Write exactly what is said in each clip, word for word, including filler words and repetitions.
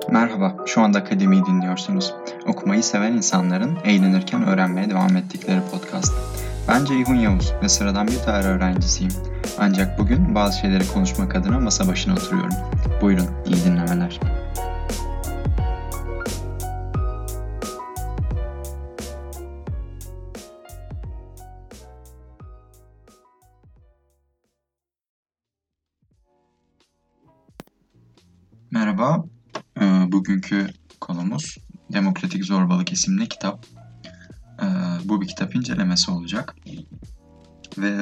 Merhaba, şu anda Akademi'yi dinliyorsunuz. Okumayı seven insanların eğlenirken öğrenmeye devam ettikleri podcast. Ben Ceyhun Yavuz ve sıradan bir tarih öğrencisiyim. Ancak bugün bazı şeyleri konuşmak adına masa başına oturuyorum. Buyurun, iyi dinlemeler. Merhaba, bugünkü konumuz Demokratik Zorbalık isimli kitap. Bu bir kitap incelemesi olacak. Ve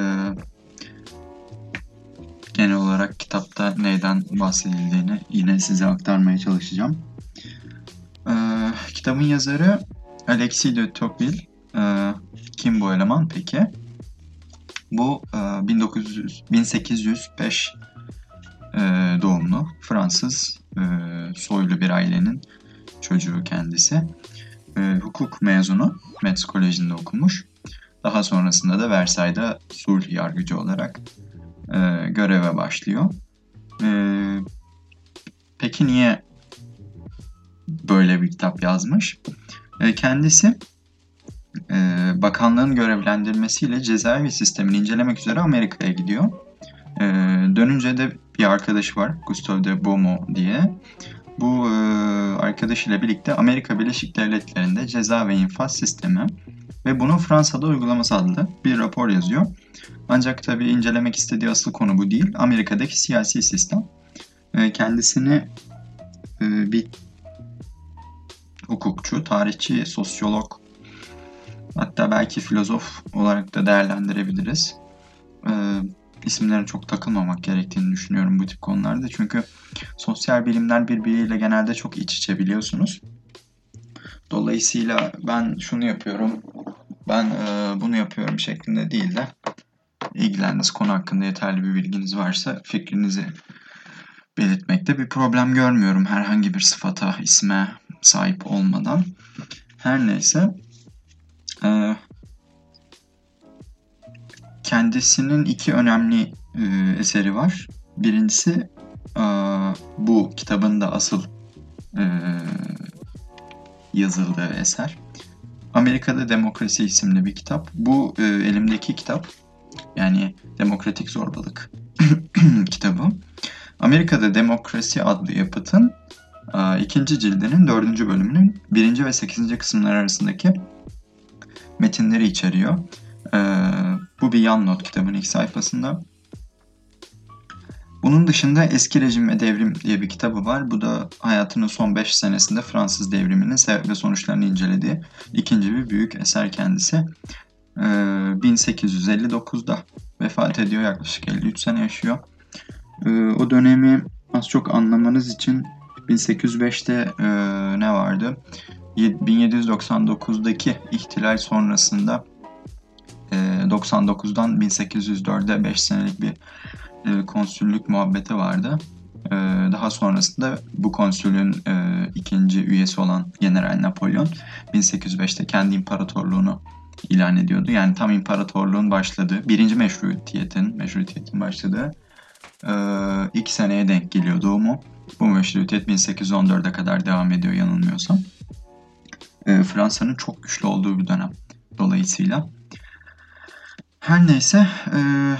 genel olarak kitapta neyden bahsedildiğini yine size aktarmaya çalışacağım. Kitabın yazarı Alexis de Tocqueville. Kim bu eleman peki? Bu bin sekiz yüz beş doğumlu Fransız soylu bir ailenin çocuğu kendisi. Hukuk mezunu, Metz Koleji'nde okumuş. Daha sonrasında da Versailles'da sulh yargıcı olarak göreve başlıyor. Peki niye böyle bir kitap yazmış? Kendisi bakanlığın görevlendirmesiyle cezaevi sistemini incelemek üzere Amerika'ya gidiyor. Ee, dönünce de bir arkadaşı var, Gustave de Beaumont diye. Bu e, arkadaşıyla birlikte Amerika Birleşik Devletleri'nde ceza ve infaz sistemi ve bunun Fransa'da uygulaması adlı bir rapor yazıyor. Ancak tabii incelemek istediği asıl konu bu değil. Amerika'daki siyasi sistem. E, kendisini e, bir hukukçu, tarihçi, sosyolog, hatta belki filozof olarak da değerlendirebiliriz. E, isimlerine çok takılmamak gerektiğini düşünüyorum bu tip konularda. Çünkü sosyal bilimler birbiriyle genelde çok iç içe biliyorsunuz. Dolayısıyla ben şunu yapıyorum, ben e, bunu yapıyorum şeklinde değil de ilgilendiğiniz konu hakkında yeterli bir bilginiz varsa fikrinizi belirtmekte bir problem görmüyorum herhangi bir sıfata, isme sahip olmadan. Her neyse, e, kendisinin iki önemli e, eseri var. Birincisi e, bu kitabın da asıl e, yazıldığı eser. Amerika'da Demokrasi isimli bir kitap. Bu e, elimdeki kitap, yani Demokratik Zorbalık kitabı. Amerika'da Demokrasi adlı yapıtın e, ikinci cildinin dördüncü bölümünün birinci ve sekizinci kısımları arasındaki metinleri içeriyor. E, bu bir yan not kitabın ilk sayfasında. Bunun dışında Eski Rejim ve Devrim diye bir kitabı var. Bu da hayatının son beş senesinde Fransız devriminin sebep ve sonuçlarını incelediği ikinci bir büyük eser kendisi. Ee, bin sekiz yüz elli dokuzda vefat ediyor. Yaklaşık elli üç sene yaşıyor. Ee, o dönemi az çok anlamanız için bin sekiz yüz beşte e, ne vardı? bin yedi yüz doksan dokuzdaki ihtilal sonrasında e, doksan dokuzdan bin sekiz yüz dörde beş senelik bir e, konsüllük muhabbeti vardı. E, daha sonrasında bu konsülün e, ikinci üyesi olan General Napolyon bin sekiz yüz beşte kendi imparatorluğunu ilan ediyordu. Yani tam imparatorluğun başladığı, birinci meşrutiyetin, meşrutiyetin başladığı e, ilk seneye denk geliyor doğumu. Bu meşrutiyet bin sekiz yüz on dörde kadar devam ediyor yanılmıyorsam. E, Fransa'nın çok güçlü olduğu bir dönem dolayısıyla. Her neyse, e,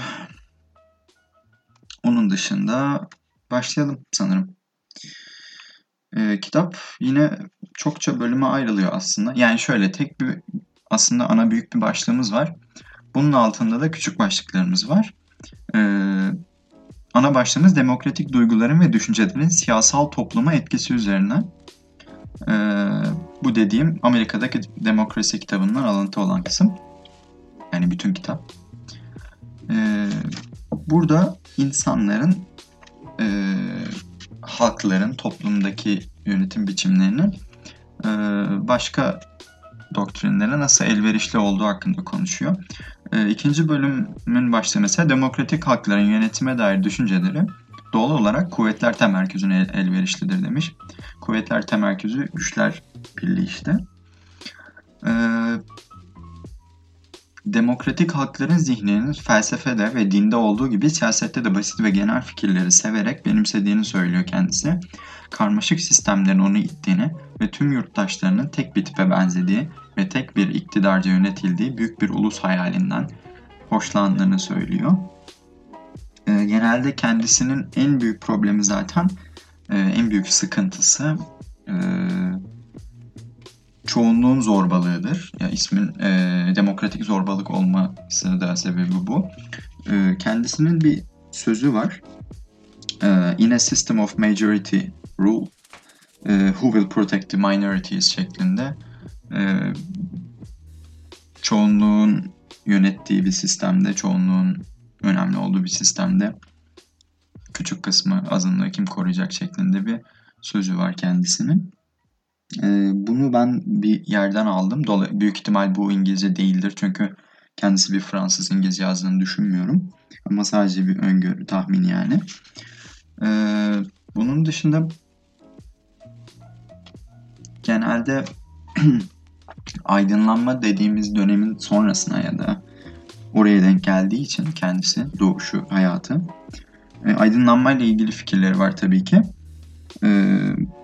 onun dışında başlayalım sanırım. Ee, kitap yine çokça bölüme ayrılıyor aslında. Yani şöyle tek bir aslında ana büyük bir başlığımız var. Bunun altında da küçük başlıklarımız var. Ee, ana başlığımız demokratik duyguların ve düşüncelerin siyasal topluma etkisi üzerine. Ee, bu dediğim Amerika'daki Demokrasi kitabından alıntı olan kısım. Yani bütün kitap. Ee, burada insanların e, halkların toplumdaki yönetim biçimlerinin e, başka doktrinlere nasıl elverişli olduğu hakkında konuşuyor. E, ikinci bölümün başlığı mesela demokratik halkların yönetime dair düşünceleri doğal olarak kuvvetler temerküzüne el, elverişlidir demiş. Kuvvetler temerküzü güçler birliği işte. E, Demokratik halkların zihninin felsefede ve dinde olduğu gibi siyasette de basit ve genel fikirleri severek benimsediğini söylüyor kendisi. Karmaşık sistemlerin onu ittiğini ve tüm yurttaşlarının tek bir tipe benzediği ve tek bir iktidarca yönetildiği büyük bir ulus hayalinden hoşlandığını söylüyor. E, genelde kendisinin en büyük problemi zaten, e, en büyük sıkıntısı e, çoğunluğun zorbalığıdır. Ya ismin e, demokratik zorbalık olması da sebebi bu. E, kendisinin bir sözü var. E, In a system of majority rule, e, who will protect the minorities şeklinde. E, çoğunluğun yönettiği bir sistemde, çoğunluğun önemli olduğu bir sistemde küçük kısmı, azınlığı kim koruyacak şeklinde bir sözü var kendisinin. Ee, bunu ben bir yerden aldım. Dolayı büyük ihtimal bu İngilizce değildir. Çünkü kendisi bir Fransız, İngilizce yazdığını düşünmüyorum. Ama sadece bir öngörü, tahmin yani. Ee, bunun dışında genelde aydınlanma dediğimiz dönemin sonrasına ya da oraya denk geldiği için kendisi, doğuşu, hayatı. E, aydınlanma ile ilgili fikirleri var tabii ki. Ee,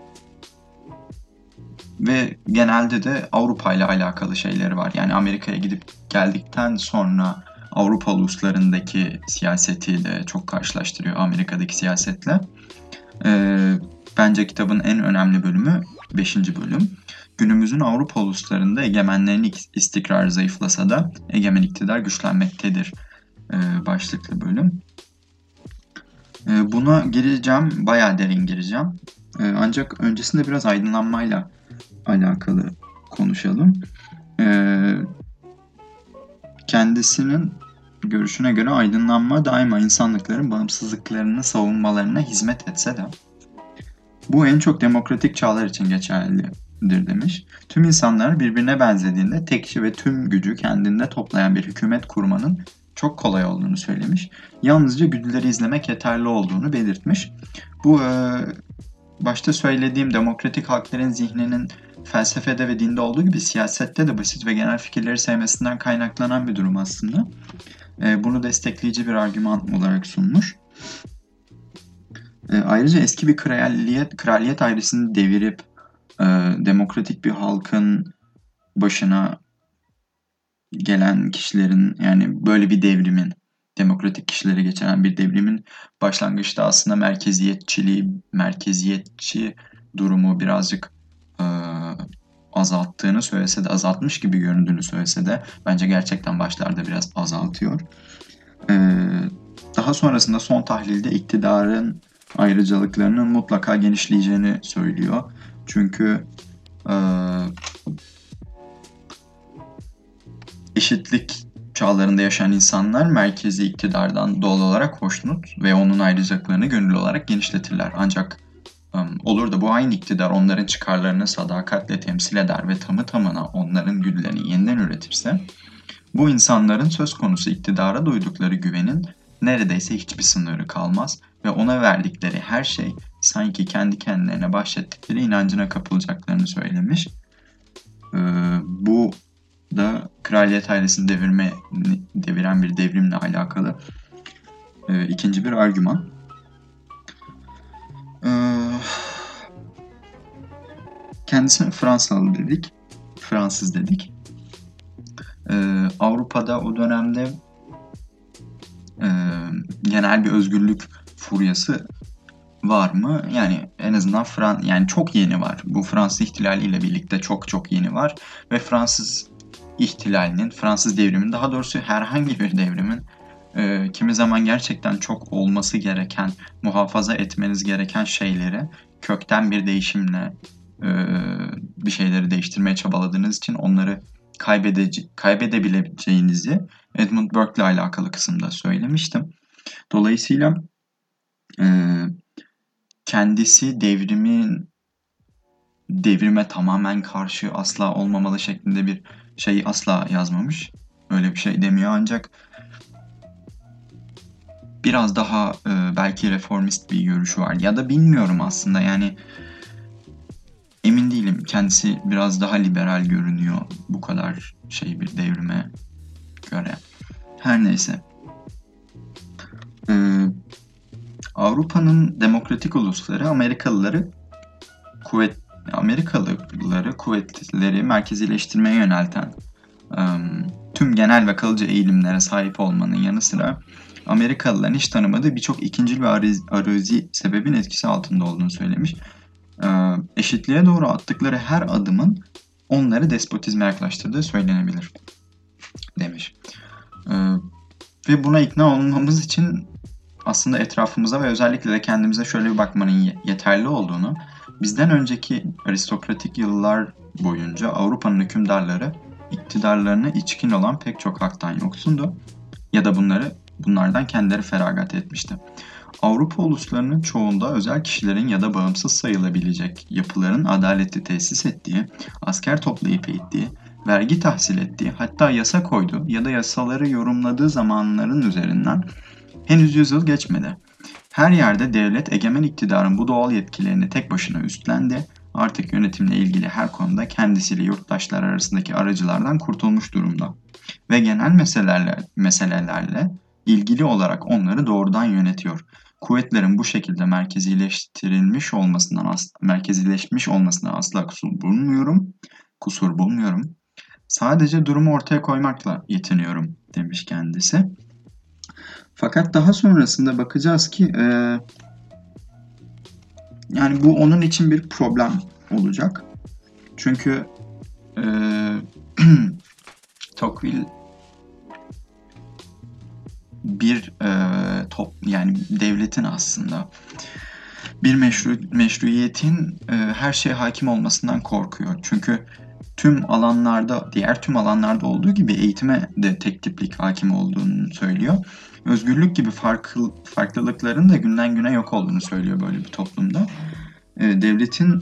Ve genelde de Avrupa ile alakalı şeyleri var. Yani Amerika'ya gidip geldikten sonra Avrupa uluslarındaki siyaseti de çok karşılaştırıyor Amerika'daki siyasetle. Ee, bence kitabın en önemli bölümü beşinci bölüm. Günümüzün Avrupa uluslarında egemenlerin istikrarı zayıflasa da egemen iktidar güçlenmektedir ee, başlıklı bölüm. Ee, buna gireceğim, bayağı derin gireceğim. Ee, ancak öncesinde biraz aydınlanmayla alakalı konuşalım. Ee, kendisinin görüşüne göre aydınlanma daima insanlıkların bağımsızlıklarını savunmalarına hizmet etse de bu en çok demokratik çağlar için geçerlidir demiş. Tüm insanlar birbirine benzediğinde tekçi ve tüm gücü kendinde toplayan bir hükümet kurmanın çok kolay olduğunu söylemiş. Yalnızca güdüleri izlemek yeterli olduğunu belirtmiş. Bu e, başta söylediğim demokratik halkların zihninin felsefede ve dinde olduğu gibi siyasette de basit ve genel fikirleri sevmesinden kaynaklanan bir durum aslında. E, bunu destekleyici bir argüman olarak sunmuş. E, ayrıca eski bir kraliyet, kraliyet ailesini devirip e, demokratik bir halkın başına gelen kişilerin, yani böyle bir devrimin, demokratik kişilere geçen bir devrimin başlangıçta aslında merkeziyetçiliği, merkeziyetçi durumu birazcık e, azalttığını söylese de, azaltmış gibi göründüğünü söylese de bence gerçekten başlarda biraz azaltıyor. E, daha sonrasında son tahlilde iktidarın ayrıcalıklarının mutlaka genişleyeceğini söylüyor. Çünkü e, eşitlik çağlarında yaşayan insanlar merkezi iktidardan doğal olarak hoşnut ve onun ayrıcalıklarını gönüllü olarak genişletirler. Ancak um, olur da bu aynı iktidar onların çıkarlarını sadakatle temsil eder ve tamı tamına onların güdülerini yeniden üretirse, bu insanların söz konusu iktidara duydukları güvenin neredeyse hiçbir sınırı kalmaz ve ona verdikleri her şey sanki kendi kendilerine bahşettikleri inancına kapılacaklarını söylemiş. Ee, bu da kraliyet ailesini devirme, deviren bir devrimle alakalı e, ikinci bir argüman. E, kendisine Fransalı dedik, Fransız dedik. E, Avrupa'da o dönemde e, genel bir özgürlük furyası var mı? Yani en azından Fran yani çok yeni var. Bu Fransız ihtilaliyle birlikte çok çok yeni var ve Fransız ihtilalinin, Fransız devriminin, daha doğrusu herhangi bir devrimin e, kimi zaman gerçekten çok olması gereken, muhafaza etmeniz gereken şeyleri kökten bir değişimle e, bir şeyleri değiştirmeye çabaladığınız için onları kaybedece- kaybedebileceğinizi Edmund Burke'le alakalı kısımda söylemiştim. Dolayısıyla e, kendisi devrimin devrime tamamen karşı, asla olmamalı şeklinde bir şey asla yazmamış. Öyle bir şey demiyor, ancak biraz daha e, belki reformist bir görüşü var. Ya da bilmiyorum aslında, yani emin değilim. Kendisi biraz daha liberal görünüyor bu kadar şey bir devrime göre. Her neyse. Ee, Avrupa'nın demokratik ulusları Amerikalıları kuvvet Amerikalıları kuvvetleri merkezileştirmeye yönelten ım, tüm genel ve kalıcı eğilimlere sahip olmanın yanı sıra Amerikalıların hiç tanımadığı birçok ikincil ve arazi sebebin etkisi altında olduğunu söylemiş. Ee, eşitliğe doğru attıkları her adımın onları despotizme yaklaştırdığı söylenebilir demiş. Ee, ve buna ikna olmamız için aslında etrafımıza ve özellikle de kendimize şöyle bir bakmanın yeterli olduğunu, bizden önceki aristokratik yıllar boyunca Avrupa'nın hükümdarları iktidarlarına içkin olan pek çok haktan yoksundu ya da bunları bunlardan kendileri feragat etmişti. Avrupa uluslarının çoğunda özel kişilerin ya da bağımsız sayılabilecek yapıların adaleti tesis ettiği, asker toplayıp eğittiği, vergi tahsil ettiği, hatta yasa koyduğu ya da yasaları yorumladığı zamanların üzerinden henüz yüzyıl geçmedi. Her yerde devlet egemen iktidarın bu doğal yetkilerini tek başına üstlendi. Artık yönetimle ilgili her konuda kendisiyle yurttaşlar arasındaki aracılardan kurtulmuş durumda. Ve genel meselelerle, meselelerle ilgili olarak onları doğrudan yönetiyor. Kuvvetlerin bu şekilde merkezileştirilmiş olmasından merkezileşmiş olmasına asla kusur bulmuyorum. Kusur bulmuyorum. Sadece durumu ortaya koymakla yetiniyorum demiş kendisi. Fakat daha sonrasında bakacağız ki e, yani bu onun için bir problem olacak. Çünkü e, Tocqueville bir e, top yani devletin aslında bir meşru, meşruiyetin e, her şeye hakim olmasından korkuyor. Çünkü tüm alanlarda, diğer tüm alanlarda olduğu gibi eğitime de tek tiplik hakim olduğunu söylüyor. Özgürlük gibi farklı, farklılıkların da günden güne yok olduğunu söylüyor böyle bir toplumda. E, devletin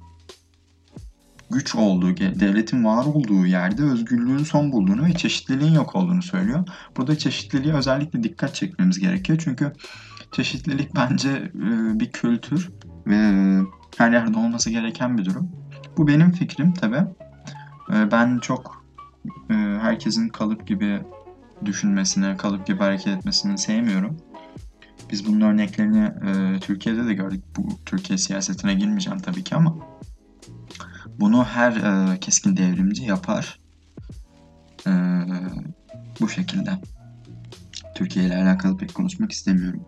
güç olduğu, devletin var olduğu yerde özgürlüğün son bulduğunu ve çeşitliliğin yok olduğunu söylüyor. Burada çeşitliliğe özellikle dikkat çekmemiz gerekiyor. Çünkü çeşitlilik bence e, bir kültür ve e, her yerde olması gereken bir durum. Bu benim fikrim tabii. E, ben çok e, herkesin kalıp gibi düşünmesini, kalıp gibi hareket etmesini sevmiyorum. Biz bunun örneklerini e, Türkiye'de de gördük. Bu Türkiye siyasetine girmeyeceğim tabii ki ama bunu her e, keskin devrimci yapar. E, bu şekilde. Türkiye ile alakalı pek konuşmak istemiyorum.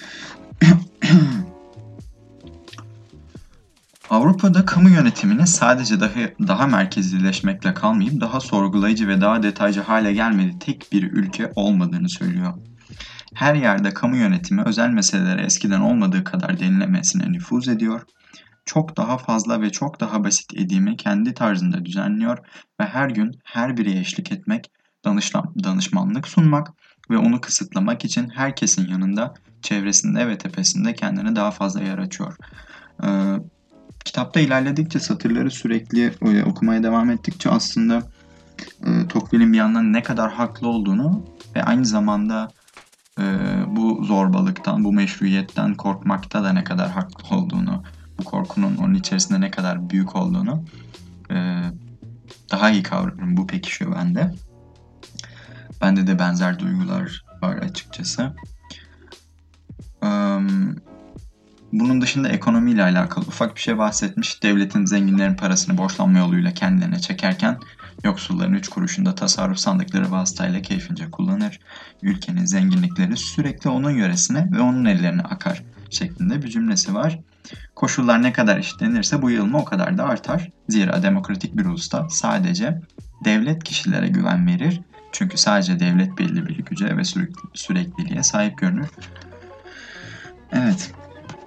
Avrupa'da kamu yönetiminin sadece daha, daha merkezileşmekle kalmayıp daha sorgulayıcı ve daha detaycı hale gelmediği tek bir ülke olmadığını söylüyor. Her yerde kamu yönetimi özel meselelere eskiden olmadığı kadar denilemesine nüfuz ediyor. Çok daha fazla ve çok daha basit edimi kendi tarzında düzenliyor ve her gün her biri eşlik etmek, danışlan, danışmanlık sunmak ve onu kısıtlamak için herkesin yanında, çevresinde ve tepesinde kendine daha fazla yer açıyor. Ee, kitapta ilerledikçe, satırları sürekli okumaya devam ettikçe aslında e, Tocqueville'in bir yandan ne kadar haklı olduğunu ve aynı zamanda e, bu zorbalıktan, bu meşruiyetten korkmakta da ne kadar haklı olduğunu, bu korkunun onun içerisinde ne kadar büyük olduğunu e, daha iyi kavruyorum. Bu pekişiyor bende. Bende de benzer duygular var açıkçası. Um, bunun dışında ekonomiyle alakalı ufak bir şey bahsetmiş. Devletin zenginlerin parasını borçlanma yoluyla kendilerine çekerken yoksulların üç kuruşunda tasarruf sandıkları vasıtayla keyfince kullanır. Ülkenin zenginlikleri sürekli onun yöresine ve onun ellerine akar şeklinde bir cümlesi var. Koşullar ne kadar eşitlenirse bu yığılma o kadar da artar. Zira demokratik bir ulusta sadece devlet kişilere güven verir. Çünkü sadece devlet belli bir güce ve sürekliliğe sahip görünür. Evet.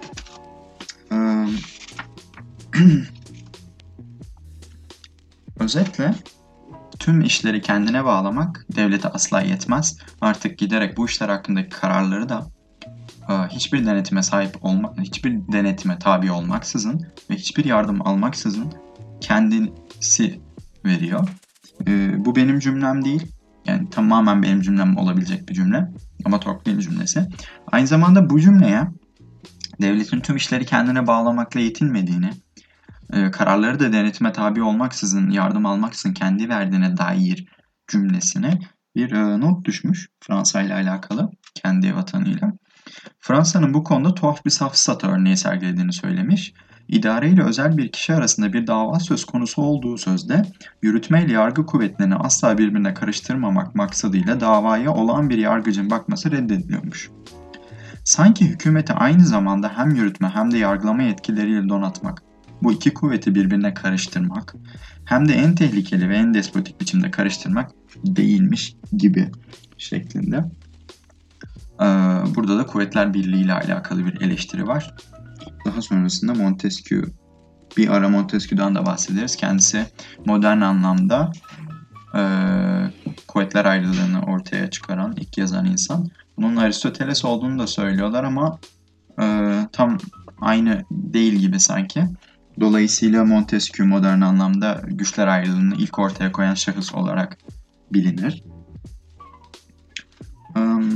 Özetle tüm işleri kendine bağlamak devlete asla yetmez. Artık giderek bu işler hakkındaki kararları da hiçbir denetime sahip olmak, hiçbir denetime tabi olmaksızın ve hiçbir yardım almaksızın kendisi veriyor. Bu benim cümlem değil. Yani tamamen benim cümlem olabilecek bir cümle. Ama Tocqueville cümlesi. Aynı zamanda bu cümleye devletin tüm işleri kendine bağlamakla yetinmediğini, kararları da denetime tabi olmaksızın, yardım almaksızın kendi verdiğine dair cümlesini bir e, not düşmüş Fransa ile alakalı, kendi vatanıyla. Fransa'nın bu konuda tuhaf bir safsata örneği sergilediğini söylemiş. İdare ile özel bir kişi arasında bir dava söz konusu olduğu sözde, yürütme ile yargı kuvvetlerini asla birbirine karıştırmamak maksadıyla davaya olağan bir yargıcın bakması reddediliyormuş. Sanki hükümeti aynı zamanda hem yürütme hem de yargılama yetkileriyle donatmak, bu iki kuvveti birbirine karıştırmak, hem de en tehlikeli ve en despotik biçimde karıştırmak değilmiş gibi şeklinde. Burada da Kuvvetler Birliği ile alakalı bir eleştiri var. Daha sonrasında Montesquieu, bir ara Montesquieu'dan da bahsederiz. Kendisi modern anlamda e, kuvvetler ayrılığını ortaya çıkaran, ilk yazan insan. Bunun Aristoteles olduğunu da söylüyorlar ama e, tam aynı değil gibi sanki. Dolayısıyla Montesquieu modern anlamda güçler ayrılığını ilk ortaya koyan şahıs olarak bilinir. Um,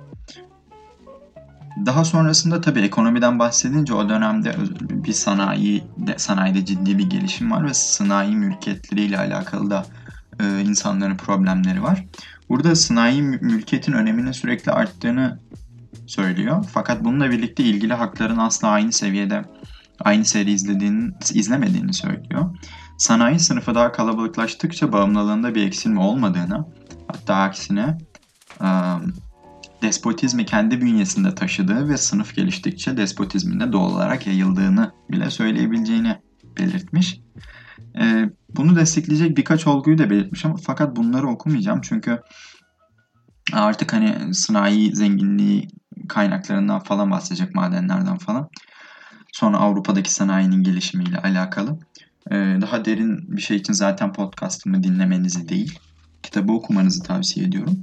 Daha sonrasında tabii ekonomiden bahsedince o dönemde bir sanayi sanayide ciddi bir gelişim var ve sanayi mülkiyetleriyle alakalı da e, insanların problemleri var. Burada sanayi mülkiyetin öneminin sürekli arttığını söylüyor. Fakat bununla birlikte ilgili hakların asla aynı seviyede, aynı seri izlediğini, izlemediğini söylüyor. Sanayi sınıfı daha kalabalıklaştıkça bağımlılığında bir eksilme olmadığını, hatta aksine um, despotizmi kendi bünyesinde taşıdığı ve sınıf geliştikçe despotizmin de doğal olarak yayıldığını bile söyleyebileceğini belirtmiş. Ee, bunu destekleyecek birkaç olguyu da belirtmiş ama fakat bunları okumayacağım çünkü artık hani sanayi zenginliği kaynaklarından falan bahsedecek, madenlerden falan. Sonra Avrupa'daki sanayinin gelişimiyle alakalı. Ee, daha derin bir şey için zaten podcastımı dinlemenizi değil, kitabı okumanızı tavsiye ediyorum.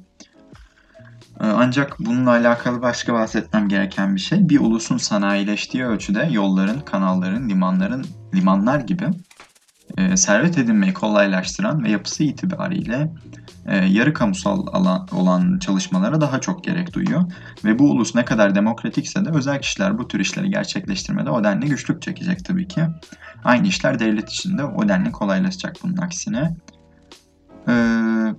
Ancak bununla alakalı başka bahsetmem gereken bir şey, bir ulusun sanayileştiği ölçüde yolların, kanalların, limanların, limanlar gibi e, servet edinmeyi kolaylaştıran ve yapısı itibariyle e, yarı kamusal alan, olan çalışmalara daha çok gerek duyuyor. Ve bu ulus ne kadar demokratikse de özel kişiler bu tür işleri gerçekleştirmede o denli güçlük çekecek tabii ki. Aynı işler devlet içinde o denli kolaylaşacak bunun aksine. Eee...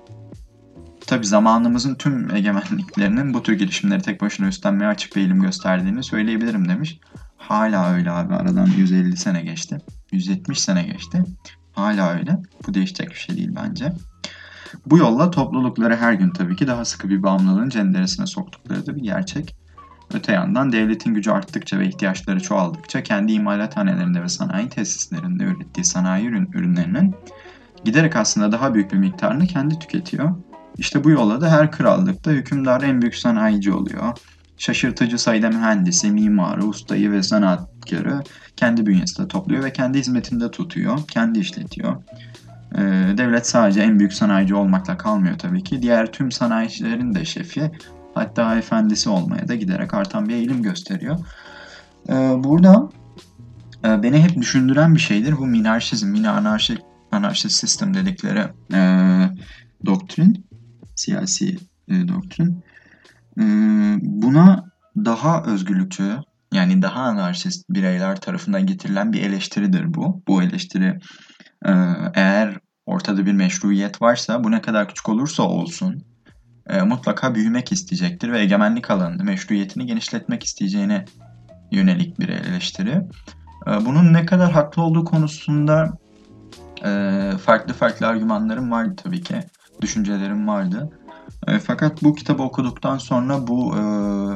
Tabii zamanımızın tüm egemenliklerinin bu tür girişimleri tek başına üstlenmeye açık bir eğilim gösterdiğini söyleyebilirim demiş. Hala öyle abi. Aradan yüz elli sene geçti. yüz yetmiş sene geçti. Hala öyle. Bu değişecek bir şey değil bence. Bu yolla toplulukları her gün tabii ki daha sıkı bir bağımlılığın cenderesine soktukları da bir gerçek. Öte yandan devletin gücü arttıkça ve ihtiyaçları çoğaldıkça kendi imalathanelerinde ve sanayi tesislerinde ürettiği sanayi ürün, ürünlerinin giderek aslında daha büyük bir miktarını kendi tüketiyor. İşte bu yolla da her krallıkta hükümdar en büyük sanayici oluyor. Şaşırtıcı sayıda mühendisi, mimarı, ustayı ve sanatkarı kendi bünyesinde topluyor ve kendi hizmetinde tutuyor, kendi işletiyor. Ee, devlet sadece en büyük sanayici olmakla kalmıyor tabii ki. Diğer tüm sanayicilerin de şefi, hatta efendisi olmaya da giderek artan bir eğilim gösteriyor. Ee, burada e, beni hep düşündüren bir şeydir bu minarşizm, mini anarşik, anarşist sistem dedikleri e, doktrin. Siyasi e, doktrin. E, buna daha özgürlükçü, yani daha anarşist bireyler tarafından getirilen bir eleştiridir bu. Bu eleştiri e, eğer ortada bir meşruiyet varsa, bu ne kadar küçük olursa olsun e, mutlaka büyümek isteyecektir ve egemenlik alanını, meşruiyetini genişletmek isteyeceğine yönelik bir eleştiri. E, bunun ne kadar haklı olduğu konusunda e, farklı farklı argümanlarım vardı tabii ki. Düşüncelerim vardı. E, fakat bu kitabı okuduktan sonra bu e,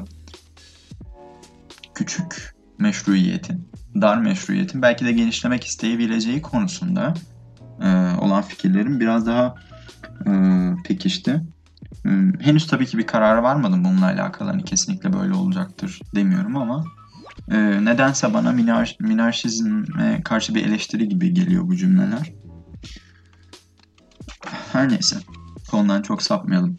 küçük meşruiyetin, dar meşruiyetin belki de genişlemek isteyebileceği konusunda e, olan fikirlerim biraz daha e, pekişti. E, henüz tabii ki bir karara varmadım bununla alakalı. Hani kesinlikle böyle olacaktır demiyorum ama e, nedense bana minar, minarşizme karşı bir eleştiri gibi geliyor bu cümleler. Her neyse. Konudan çok sapmayalım.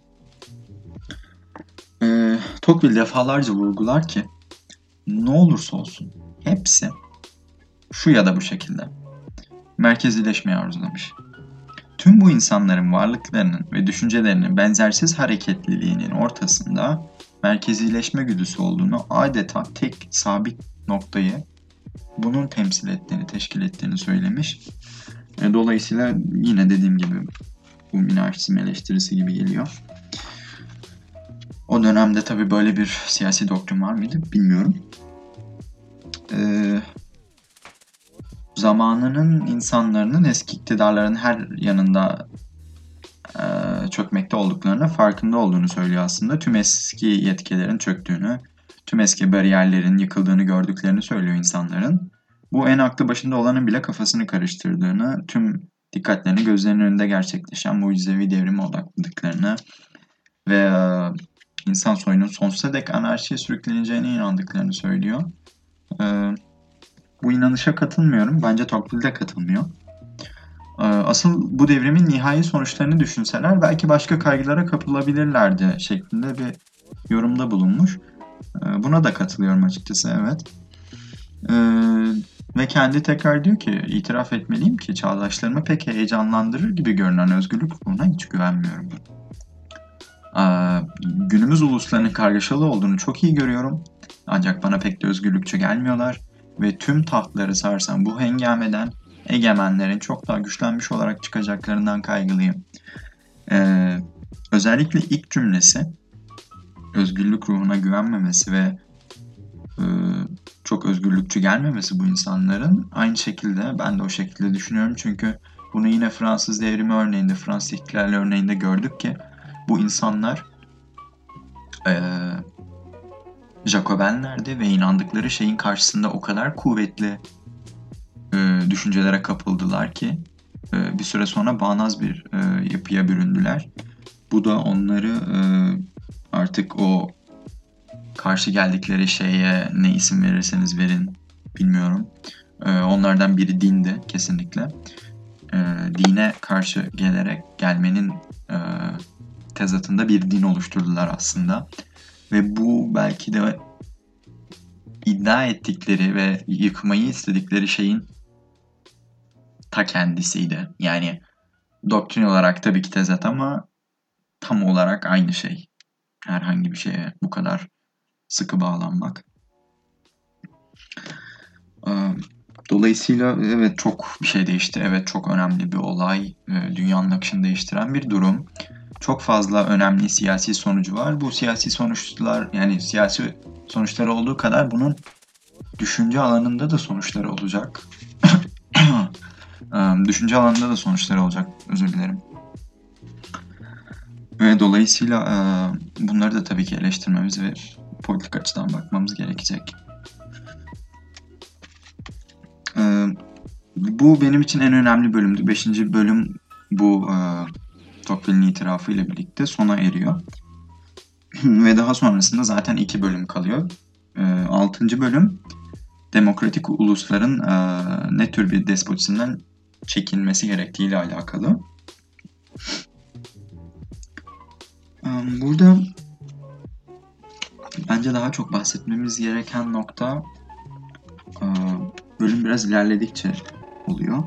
E, Tocqueville defalarca vurgular ki ne olursa olsun hepsi şu ya da bu şekilde merkezileşmeyi arzulamış. Tüm bu insanların varlıklarının ve düşüncelerinin benzersiz hareketliliğinin ortasında merkezileşme güdüsü olduğunu, adeta tek sabit noktayı bunun temsil ettiğini, teşkil ettiğini söylemiş. Dolayısıyla yine dediğim gibi bu minarşizm eleştirisi gibi geliyor. O dönemde tabii böyle bir siyasi doktrin var mıydı bilmiyorum. Ee, zamanının insanların eski iktidarların her yanında e, çökmekte olduklarını farkında olduğunu söylüyor aslında. Tüm eski yetkilerin çöktüğünü, tüm eski bariyerlerin yıkıldığını gördüklerini söylüyor insanların. Bu en aklı başında olanın bile kafasını karıştırdığını, tüm dikkatlerini gözlerinin önünde gerçekleşen mucizevi devrime odakladıklarını ve e, insan soyunun sonsuza dek anarşiye sürükleneceğine inandıklarını söylüyor. E, bu inanışa katılmıyorum. Bence Tocqueville de katılmıyor. E, asıl bu devrimin nihai sonuçlarını düşünseler belki başka kaygılara kapılabilirlerdi şeklinde bir yorumda bulunmuş. E, buna da katılıyorum açıkçası, evet. E, ve kendi tekrar diyor ki, itiraf etmeliyim ki çağdaşlarımı pek heyecanlandırır gibi görünen özgürlük ruhuna hiç güvenmiyorum. Ee, günümüz uluslarının kargaşalı olduğunu çok iyi görüyorum. Ancak bana pek de özgürlükçü gelmiyorlar ve tüm tahtları sarsan bu hengameden egemenlerin çok daha güçlenmiş olarak çıkacaklarından kaygılıyım. Ee, özellikle ilk cümlesi, özgürlük ruhuna güvenmemesi ve e, çok özgürlükçü gelmemesi bu insanların, aynı şekilde ben de o şekilde düşünüyorum. Çünkü bunu yine Fransız devrimi örneğinde, Fransız ihtilali örneğinde gördük ki bu insanlar e, Jacobenlerdi ve inandıkları şeyin karşısında o kadar kuvvetli e, düşüncelere kapıldılar ki e, bir süre sonra bağnaz bir e, yapıya büründüler. Bu da onları e, artık o karşı geldikleri şeye ne isim verirseniz verin bilmiyorum. E, onlardan biri dindi kesinlikle. E, dine karşı gelerek gelmenin e, tezatında bir din oluşturdular aslında. Ve bu belki de iddia ettikleri ve yıkmayı istedikleri şeyin ta kendisiydi. Yani doktrin olarak tabii ki tezat ama tam olarak aynı şey. Herhangi bir şeye bu kadar sıkı bağlanmak. Dolayısıyla evet, çok bir şey değişti. Evet, çok önemli bir olay. Dünyanın akışını değiştiren bir durum. Çok fazla önemli siyasi sonucu var. Bu siyasi sonuçlar, yani siyasi sonuçları olduğu kadar bunun düşünce alanında da sonuçları olacak. Düşünce alanında da sonuçları olacak. Özür dilerim. Ve dolayısıyla bunları da tabii ki eleştirmemiz ve politik açıdan bakmamız gerekecek. Bu benim için en önemli bölümdü. Beşinci bölüm bu Tocqueville'in itirafı ile birlikte sona eriyor. Ve daha sonrasında zaten iki bölüm kalıyor. Altıncı bölüm demokratik ulusların ne tür bir despotizmden çekinmesi gerektiği ile alakalı. Burada bence daha çok bahsetmemiz gereken nokta bölüm biraz ilerledikçe oluyor.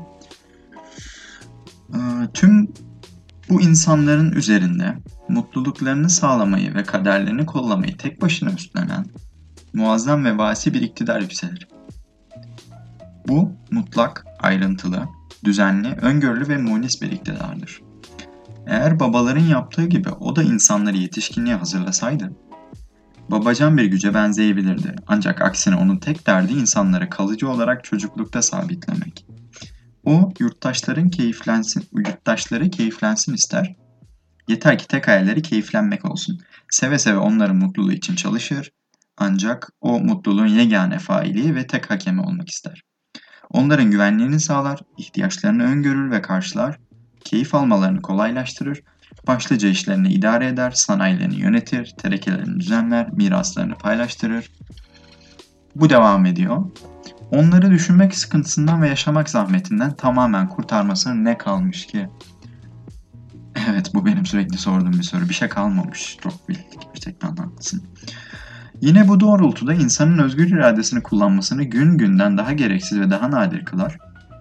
Tüm bu insanların üzerinde mutluluklarını sağlamayı ve kaderlerini kollamayı tek başına üstlenen muazzam ve vasi bir iktidar yükselir. Bu mutlak, ayrıntılı, düzenli, öngörülü ve munis bir iktidardır. Eğer babaların yaptığı gibi o da insanları yetişkinliğe hazırlasaydı, babacan bir güce benzeyebilirdi. Ancak aksine onun tek derdi insanları kalıcı olarak çocuklukta sabitlemek. O yurttaşların keyiflensin, yurttaşları keyiflensin ister. Yeter ki tek hayalleri keyiflenmek olsun. Seve seve onların mutluluğu için çalışır. Ancak o mutluluğun yegane faili ve tek hakemi olmak ister. Onların güvenliğini sağlar, ihtiyaçlarını öngörür ve karşılar, keyif almalarını kolaylaştırır, başlıca işlerini idare eder, sanayilerini yönetir, terekelerini düzenler, miraslarını paylaştırır. Bu devam ediyor. Onları düşünmek sıkıntısından ve yaşamak zahmetinden tamamen kurtarmasına ne kalmış ki? Evet, bu benim sürekli sorduğum bir soru. Bir şey kalmamış. Çok bildik. Gerçekten haklısın. Yine bu doğrultuda insanın özgür iradesini kullanmasını gün günden daha gereksiz ve daha nadir kılar.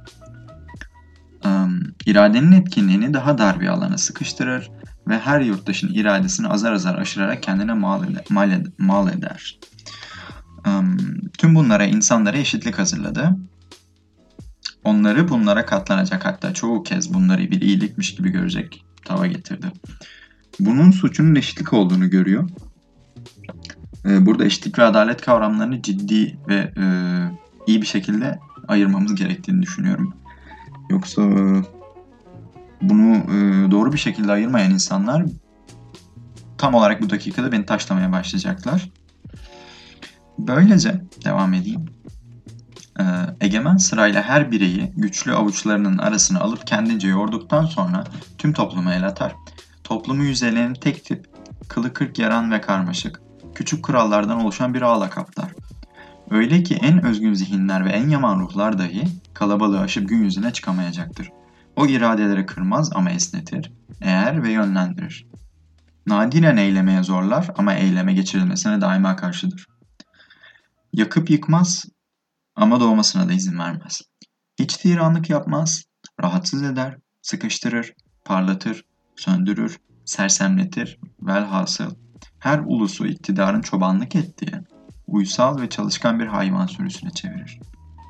Um, iradenin etkinliğini daha dar bir alana sıkıştırır ve her yurttaşın iradesini azar azar aşırarak kendine mal eder. Mal eder, mal eder. Um, tüm bunlara insanlara eşitlik hazırladı. Onları bunlara katlanacak, hatta çoğu kez bunları bir iyilikmiş gibi görecek tava getirdi. Bunun suçunun eşitlik olduğunu görüyor. Burada eşitlik ve adalet kavramlarını ciddi ve e, iyi bir şekilde ayırmamız gerektiğini düşünüyorum. Yoksa bunu e, doğru bir şekilde ayırmayan insanlar tam olarak bu dakikada beni taşlamaya başlayacaklar. Böylece devam edeyim. E, egemen sırayla her bireyi güçlü avuçlarının arasına alıp kendince yorduktan sonra tüm toplumu el atar. Toplumu yüzeylerini tek tip, kılı kırk yaran ve karmaşık, küçük krallardan oluşan bir ağla kaplar. Öyle ki en özgün zihinler ve en yaman ruhlar dahi kalabalığı aşıp gün yüzüne çıkamayacaktır. O iradeleri kırmaz ama esnetir, eğer ve yönlendirir. Nadiren eylemeye zorlar ama eyleme geçirilmesine daima karşıdır. Yakıp yıkmaz ama doğmasına da izin vermez. Hiç tiranlık yapmaz, rahatsız eder, sıkıştırır, parlatır, söndürür, sersemletir, velhasıl her ulusu iktidarın çobanlık ettiği, uysal ve çalışkan bir hayvan sürüsüne çevirir.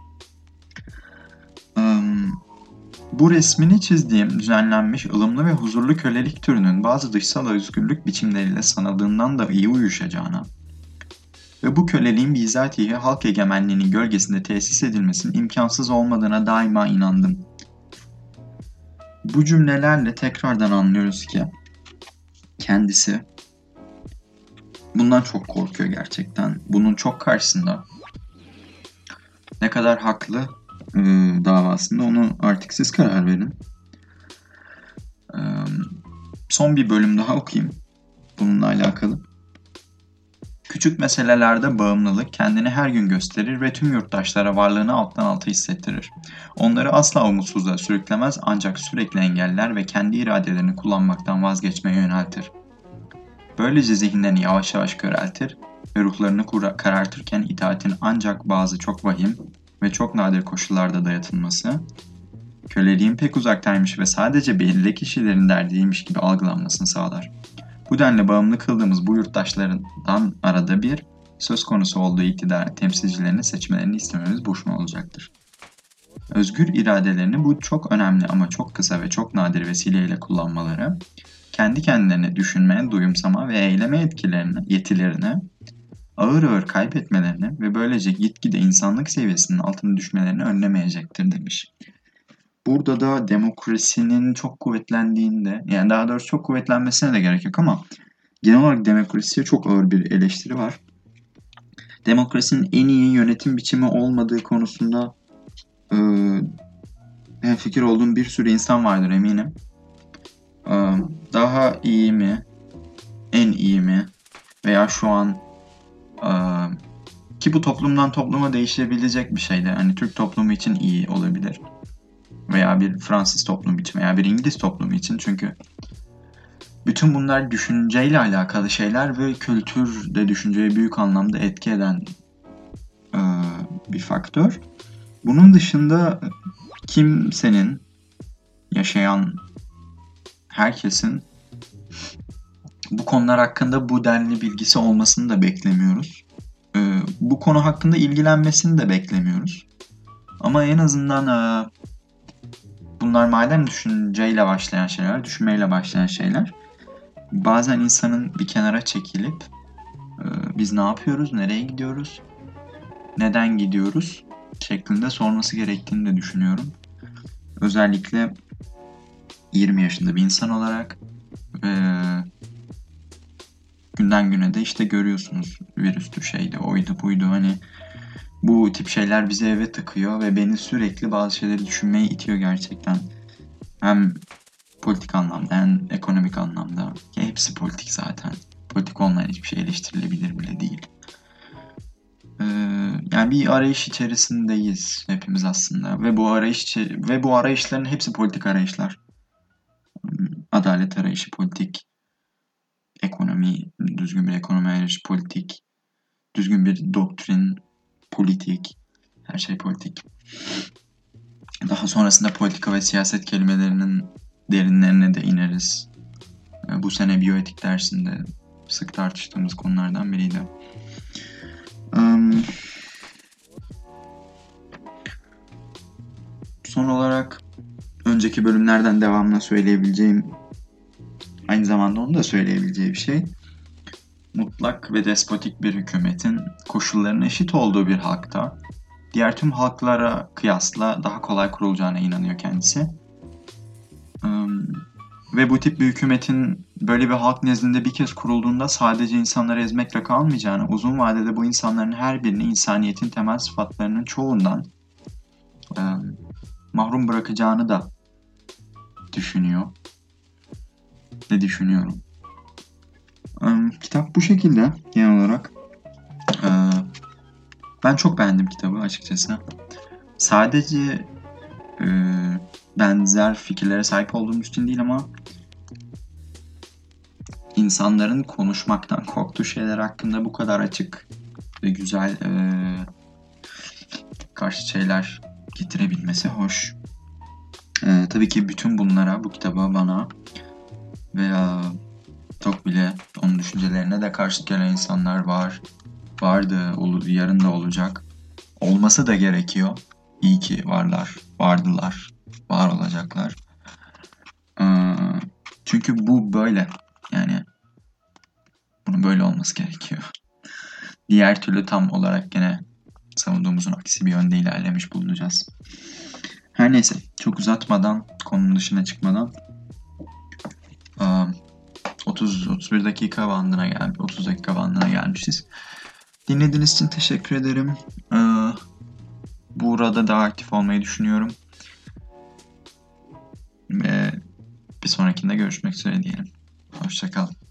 Um, bu resmini çizdiğim düzenlenmiş, ılımlı ve huzurlu kölelik türünün bazı dışsal özgürlük biçimleriyle sanıldığından da iyi uyuşacağına ve bu köleliğin bizatihi halk egemenliğinin gölgesinde tesis edilmesinin imkansız olmadığına daima inandım. Bu cümlelerle tekrardan anlıyoruz ki kendisi bundan çok korkuyor gerçekten. Bunun çok karşısında. Ne kadar haklı e, davasında onu artık siz karar verin. E, son bir bölüm daha okuyayım bununla alakalı. Küçük meselelerde bağımlılık kendini her gün gösterir ve tüm yurttaşlara varlığını alttan alta hissettirir. Onları asla umutsuzluğa sürüklemez ancak sürekli engeller ve kendi iradelerini kullanmaktan vazgeçmeye yöneltir. Böylece zihinlerini yavaş yavaş köreltir ve ruhlarını karartırken itaatin ancak bazı çok vahim ve çok nadir koşullarda dayatılması, köleliğin pek uzaktaymış ve sadece belirli kişilerin derdiymiş gibi algılanmasını sağlar. Bu denli bağımlı kıldığımız bu yurttaşlarından arada bir, söz konusu olduğu iktidarın temsilcilerini seçmelerini istememiz boşuna olacaktır. Özgür iradelerini bu çok önemli ama çok kısa ve çok nadir vesileyle kullanmaları, kendi kendilerine düşünme, duyumsama ve eyleme etkilerini, yetilerini ağır ağır kaybetmelerini ve böylece gitgide insanlık seviyesinin altına düşmelerini önlemeyecektir demiş. Burada da demokrasinin çok kuvvetlendiğinde, yani daha doğrusu çok kuvvetlenmesine de gerek yok ama genel olarak demokrasiye çok ağır bir eleştiri var. Demokrasinin en iyi yönetim biçimi olmadığı konusunda e, fikir olduğum bir sürü insan vardır eminim. E, daha iyi mi, en iyi mi veya şu an e, ki bu toplumdan topluma değişebilecek bir şey de. Hani Türk toplumu için iyi olabilir. Veya bir Fransız toplumu için veya bir İngiliz toplumu için. Çünkü bütün bunlar düşünceyle alakalı şeyler ve kültür de düşünceye büyük anlamda etki eden e, bir faktör. Bunun dışında kimsenin, yaşayan herkesin bu konular hakkında bu denli bilgisi olmasını da beklemiyoruz. E, bu konu hakkında ilgilenmesini de beklemiyoruz. Ama en azından e, bunlar madem düşünceyle başlayan şeyler, düşünmeyle başlayan şeyler, bazen insanın bir kenara çekilip e, biz ne yapıyoruz, nereye gidiyoruz, neden gidiyoruz şeklinde sorması gerektiğini de düşünüyorum. Özellikle yirmi yaşında bir insan olarak ve günden güne de işte görüyorsunuz virüstü şeydi, oydu buydu, hani bu tip şeyler bizi eve tıkıyor ve beni sürekli bazı şeyleri düşünmeye itiyor gerçekten. Hem politik anlamda hem ekonomik anlamda. Ki hepsi politik zaten. Politik olmayan hiçbir şey eleştirilebilir bile değil. Ee, yani bir arayış içerisindeyiz hepimiz aslında. Ve bu arayış ve bu arayışların hepsi politik arayışlar. Adalet arayışı politik. Ekonomi, düzgün bir ekonomi arayışı politik. Düzgün bir doktrin politik. Her şey politik. Daha sonrasında politika ve siyaset kelimelerinin derinlerine de ineriz. Bu sene biyoetik dersinde sık tartıştığımız konulardan biriydi. Um, son olarak önceki bölümlerden devamlı söyleyebileceğim aynı zamanda onu da söyleyebileceği bir şey. Mutlak ve despotik bir hükümetin koşullarının eşit olduğu bir halkta diğer tüm halklara kıyasla daha kolay kurulacağına inanıyor kendisi. Ve bu tip bir hükümetin böyle bir halk nezdinde bir kez kurulduğunda sadece insanları ezmekle kalmayacağını, uzun vadede bu insanların her birini insaniyetin temel sıfatlarının çoğundan e, mahrum bırakacağını da düşünüyor. Ne düşünüyorum? E, kitap bu şekilde genel olarak. E, ben çok beğendim kitabı açıkçası. Sadece e, benzer fikirlere sahip olduğumuz için değil ama insanların konuşmaktan korktuğu şeyler hakkında bu kadar açık ve güzel e, karşı şeyler getirebilmesi hoş. E, tabii ki bütün bunlara, bu kitaba, bana veya çok bile onun düşüncelerine de karşı gelen insanlar var. Vardı, olur, yarın da olacak. Olması da gerekiyor. İyi ki varlar, vardılar, var olacaklar. E, çünkü bu böyle. Yani bunun böyle olması gerekiyor. Diğer türlü tam olarak gene savunduğumuzun aksi bir yönde ilerlemiş bulunacağız. Her neyse, çok uzatmadan, konunun dışına çıkmadan otuz otuz bir dakika bandına gel, otuz dakika bandına gelmişiz. Dinlediğiniz için teşekkür ederim. Burada daha aktif olmayı düşünüyorum. Ve bir sonrakinde görüşmek üzere diyelim. Hoşça kal.